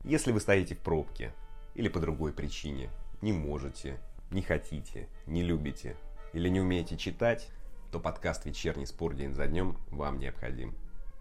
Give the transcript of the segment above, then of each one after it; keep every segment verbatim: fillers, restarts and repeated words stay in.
Если вы стоите в пробке или по другой причине, не можете, не хотите, не любите или не умеете читать, то подкаст «Вечерний спор день за днем» вам необходим.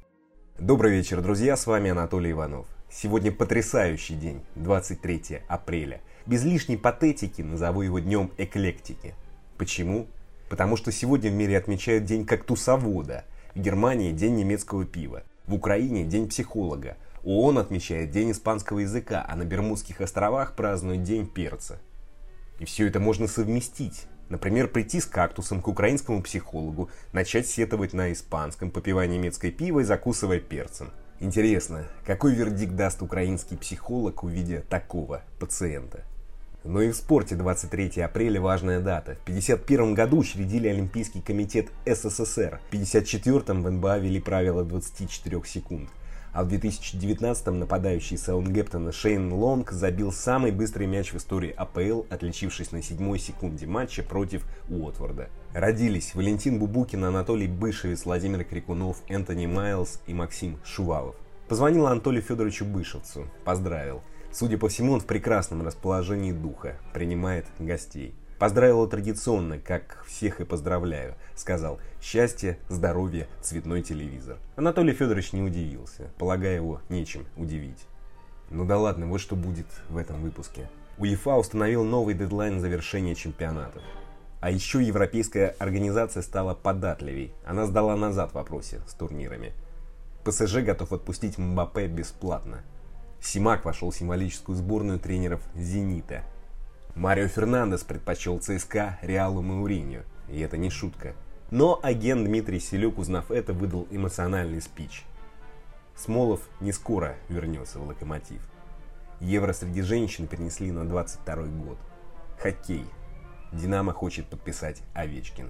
Добрый вечер, друзья, с вами Анатолий Иванов. Сегодня потрясающий день, двадцать третьего апреля. Без лишней патетики назову его днем эклектики. Почему? Потому что сегодня в мире отмечают День кактусовода, в Германии День немецкого пива, в Украине День психолога, ООН отмечает День испанского языка, а на Бермудских островах празднуют День перца. И все это можно совместить. Например, прийти с кактусом к украинскому психологу, начать сетовать на испанском, попивая немецкое пиво и закусывая перцем. Интересно, какой вердикт даст украинский психолог, увидя такого пациента? Но и в спорте двадцать третьего апреля важная дата. В пятьдесят первом году учредили Олимпийский комитет СССР. В пятьдесят четвёртом в эн бэ а ввели правило двадцати четырёх секунд. А в две тысячи девятнадцатом нападающий Саутгемптона Шейн Лонг забил самый быстрый мяч в истории а пэ эл, отличившись на седьмой секунде матча против Уотфорда. Родились Валентин Бубукин, Анатолий Бышевец, Владимир Крикунов, Энтони Майлз и Максим Шувалов. Позвонил Анатолию Федоровичу Бышевцу, поздравил. Судя по всему, он в прекрасном расположении духа, принимает гостей. Поздравил традиционно, как всех и поздравляю. Сказал: счастья, здоровья, цветной телевизор. Анатолий Федорович не удивился. Полагаю, его нечем удивить. Ну да ладно, вот что будет в этом выпуске. УЕФА установил новый дедлайн завершения чемпионатов. А еще европейская организация стала податливей. Она сдала назад в вопросе с турнирами. пэ эс жэ готов отпустить Мбаппе бесплатно. Симак вошел в символическую сборную тренеров «Зенита». Марио Фернандес предпочел ЦСКА Реалу Мауриньо. И это не шутка. Но агент Дмитрий Селюк, узнав это, выдал эмоциональный спич. Смолов не скоро вернется в «Локомотив». Евро среди женщин перенесли на двадцать второй год. Хоккей. Динамо хочет подписать Овечкина.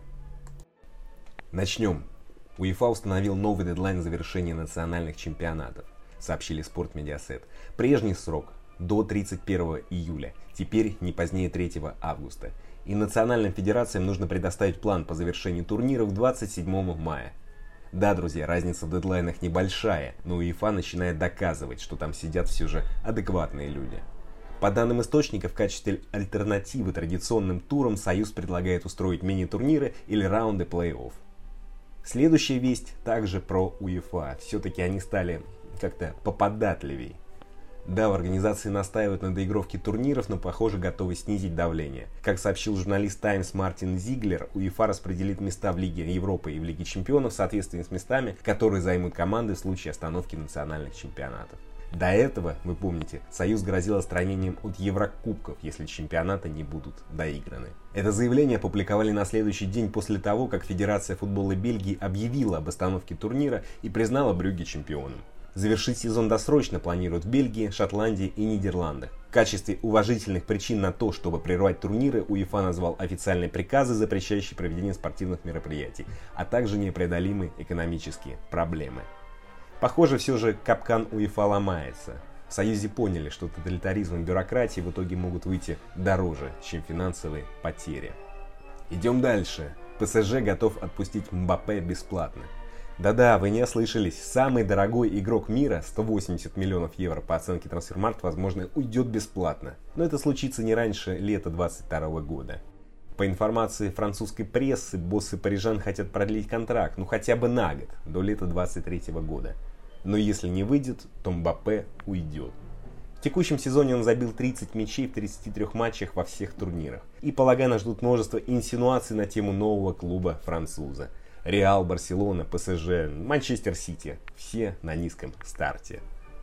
Начнем. УЕФА установил новый дедлайн завершения национальных чемпионатов, сообщили Спорт Медиасет. Прежний срок до тридцать первого июля, теперь не позднее третьего августа. И национальным федерациям нужно предоставить план по завершению турниров к двадцать седьмому мая. Да, друзья, разница в дедлайнах небольшая, но УЕФА начинает доказывать, что там сидят все же адекватные люди. По данным источников, в качестве альтернативы традиционным турам Союз предлагает устроить мини-турниры или раунды плей-офф. Следующая весть также про УЕФА. Все-таки они стали как-то поподатливей. Да, в организации настаивают на доигровке турниров, но, похоже, готовы снизить давление. Как сообщил журналист Таймс Мартин Зиглер, УЕФА распределит места в Лиге Европы и в Лиге Чемпионов в соответствии с местами, которые займут команды в случае остановки национальных чемпионатов. До этого, вы помните, Союз грозил отстранением от Еврокубков, если чемпионаты не будут доиграны. Это заявление опубликовали на следующий день после того, как Федерация футбола Бельгии объявила об остановке турнира и признала Брюгге чемпионом. Завершить сезон досрочно планируют в Бельгии, Шотландии и Нидерландах. В качестве уважительных причин на то, чтобы прервать турниры, УЕФА назвал официальные приказы, запрещающие проведение спортивных мероприятий, а также непреодолимые экономические проблемы. Похоже, все же капкан УЕФА ломается. В Союзе поняли, что тоталитаризм и бюрократия в итоге могут выйти дороже, чем финансовые потери. Идем дальше. пэ эс жэ готов отпустить Мбаппе бесплатно. Да-да, вы не ослышались. Самый дорогой игрок мира, сто восемьдесят миллионов евро по оценке Трансфермаркт, возможно, уйдет бесплатно. Но это случится не раньше лета двадцать второго года. По информации французской прессы, боссы парижан хотят продлить контракт, ну хотя бы на год, до лета двадцать третьего года. Но если не выйдет, то Мбаппе уйдет. В текущем сезоне он забил тридцать мячей в тридцати трёх матчах во всех турнирах. И, полагаю, нас ждут множество инсинуаций на тему нового клуба француза. Реал, Барселона, пэ эс жэ, Манчестер Сити. Все на низком старте.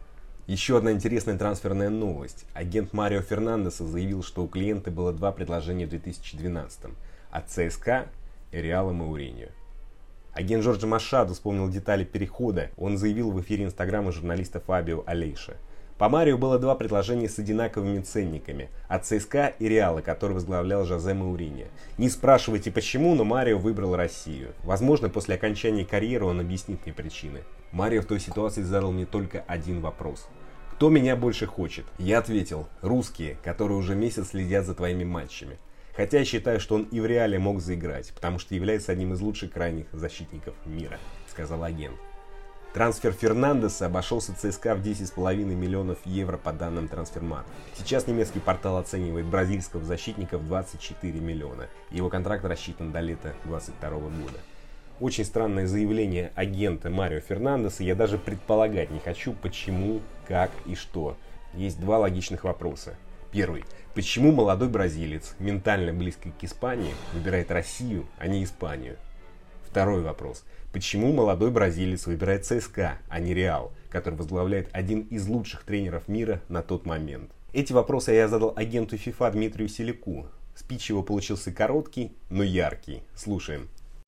Еще одна интересная трансферная новость. Агент Марио Фернандеса заявил, что у клиента было два предложения в две тысячи двенадцатом. От ЦСКА и Реала Мауриньо. Агент Джорджо Машадо вспомнил детали перехода. Он заявил в эфире инстаграма журналиста Фабио Алейша. По Марио было два предложения с одинаковыми ценниками от ЦСКА и Реала, который возглавлял Жозе Мауриньо. Не спрашивайте почему, но Марио выбрал Россию. Возможно, после окончания карьеры он объяснит мне причины. Марио в той ситуации задал мне только один вопрос. Кто меня больше хочет? Я ответил: русские, которые уже месяц следят за твоими матчами. Хотя я считаю, что он и в Реале мог заиграть, потому что является одним из лучших крайних защитников мира, сказал агент. Трансфер Фернандеса обошелся ЦСКА в десять с половиной миллионов евро по данным Трансфермаркт. Сейчас немецкий портал оценивает бразильского защитника в двадцать четыре миллиона. Его контракт рассчитан до лета двадцать второго года. Очень странное заявление агента Марио Фернандеса. Я даже предполагать не хочу, почему, как и что. Есть два логичных вопроса. Первый. Почему молодой бразилец, ментально близкий к Испании, выбирает Россию, а не Испанию? Второй вопрос. Почему молодой бразилец выбирает ЦСКА, а не Реал, который возглавляет один из лучших тренеров мира на тот момент? Эти вопросы я задал агенту ФИФА Дмитрию Селяку. Спич его получился короткий, но яркий. Слушаем.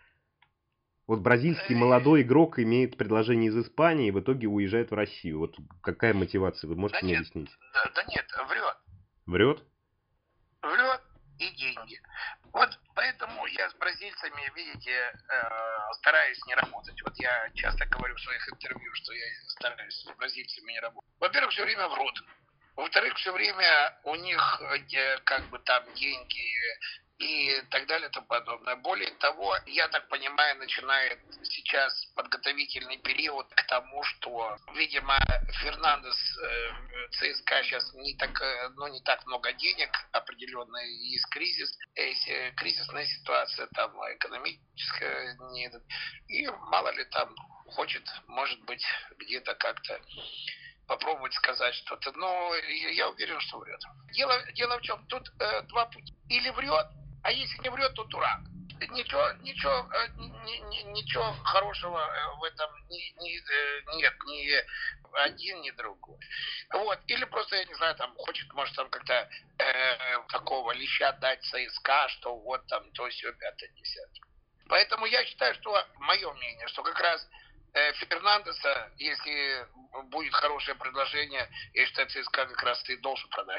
Вот бразильский молодой игрок имеет предложение из Испании и в итоге уезжает в Россию. Вот какая мотивация? Вы можете да мне нет, объяснить? Да, да нет, врет. Врет? Врет и деньги. Вот поэтому я с бразильцами, видите, э, стараюсь не работать. Вот я часто говорю в своих интервью, что я стараюсь с бразильцами не работать. Во-первых, все время врут. Во-вторых, все время у них э, как бы там деньги и так далее и тому подобное. Более того, я так понимаю, начинает сейчас подготовительный период к тому, что, видимо, Фернандес, э, ЦСКА сейчас не так, ну, не так много денег, определенно есть кризис, есть кризисная ситуация, там, экономическая, не, и мало ли там хочет, может быть, где-то как-то попробовать сказать что-то, но я уверен, что врет. Дело, дело в чем? Тут э, два пути. Или врет, а если не врет, то дурак. Ничего, ничего, э, ни, ни, ничего хорошего в этом ни, ни, э, нет, ни один, ни другой. Вот. Или просто, я не знаю, там хочет, может, там как-то э, такого леща дать ЦСКА, что вот там то, сё, пятое, десятое. Поэтому я считаю, что, мое мнение, что как раз Фернандеса, если будет хорошее предложение, я считаю, ЦСКА как раз и должен продать.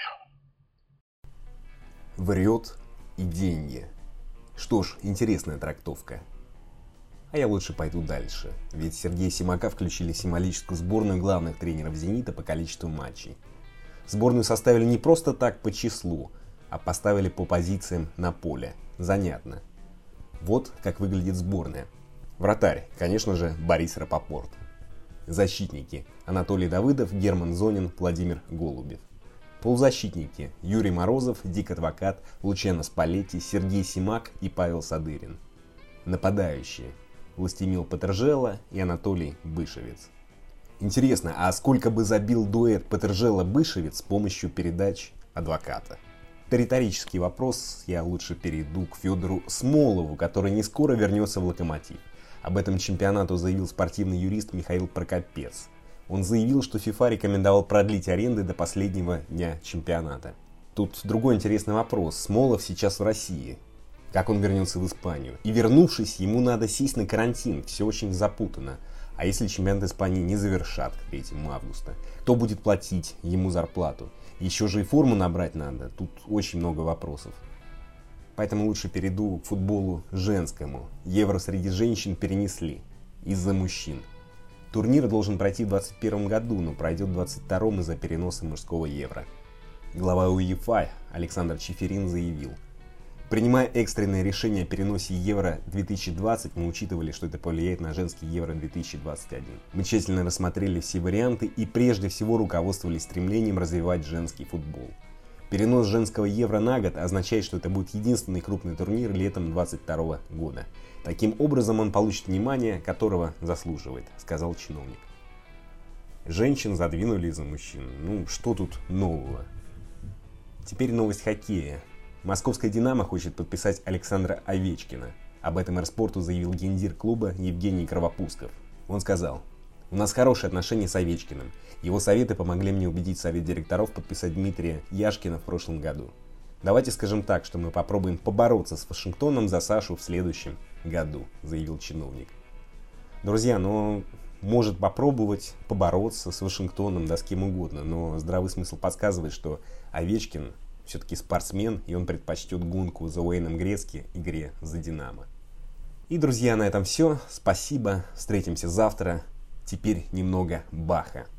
Врет и деньги. Что ж, интересная трактовка. А я лучше пойду дальше, ведь Сергея Симака включили в символическую сборную главных тренеров «Зенита» по количеству матчей. Сборную составили не просто так по числу, а поставили по позициям на поле. Занятно. Вот как выглядит сборная. Вратарь, конечно же, Борис Рапопорт. Защитники: Анатолий Давыдов, Герман Зонин, Владимир Голубев. Полузащитники: Юрий Морозов, Дик Адвокат, Лучано Спалетти, Сергей Симак и Павел Садырин. Нападающие: Властимил Петержело и Анатолий Бышевец. Интересно, а сколько бы забил дуэт Петержело-Бышевец с помощью передач Адвоката? Это риторический вопрос, я лучше перейду к Федору Смолову, который не скоро вернется в «Локомотив». Об этом чемпионату заявил спортивный юрист Михаил Прокопец. Он заявил, что ФИФА рекомендовал продлить аренды до последнего дня чемпионата. Тут другой интересный вопрос. Смолов сейчас в России. Как он вернется в Испанию? И вернувшись, ему надо сесть на карантин. Все очень запутано. А если чемпионат Испании не завершат к третьему августа? Кто будет платить ему зарплату? Еще же и форму набрать надо. Тут очень много вопросов. Поэтому лучше перейду к футболу женскому. Евро среди женщин перенесли из-за мужчин. Турнир должен пройти в двадцать первом году, но пройдет в двадцать втором из-за переноса мужского Евро. Глава УЕФА Александр Чеферин заявил: принимая экстренное решение о переносе Евро две тысячи двадцать, мы учитывали, что это повлияет на женский Евро две тысячи двадцать один. Мы тщательно рассмотрели все варианты и прежде всего руководствовались стремлением развивать женский футбол. Перенос женского Евро на год означает, что это будет единственный крупный турнир летом двадцать второго года. Таким образом он получит внимание, которого заслуживает, сказал чиновник. Женщин задвинули за мужчин. Ну, что тут нового? Теперь новость хоккея. Московская «Динамо» хочет подписать Александра Овечкина. Об этом Эрспорту заявил гендир клуба Евгений Кровопусков. Он сказал: у нас хорошие отношения с Овечкиным. Его советы помогли мне убедить совет директоров подписать Дмитрия Яшкина в прошлом году. Давайте скажем так, что мы попробуем побороться с Вашингтоном за Сашу в следующем году, заявил чиновник. Друзья, ну, может попробовать побороться с Вашингтоном, да с кем угодно, но здравый смысл подсказывает, что Овечкин все-таки спортсмен, и он предпочтет гонку за Уэйном Грецки игре за «Динамо». И, друзья, на этом все. Спасибо. Встретимся завтра. Теперь немного Баха.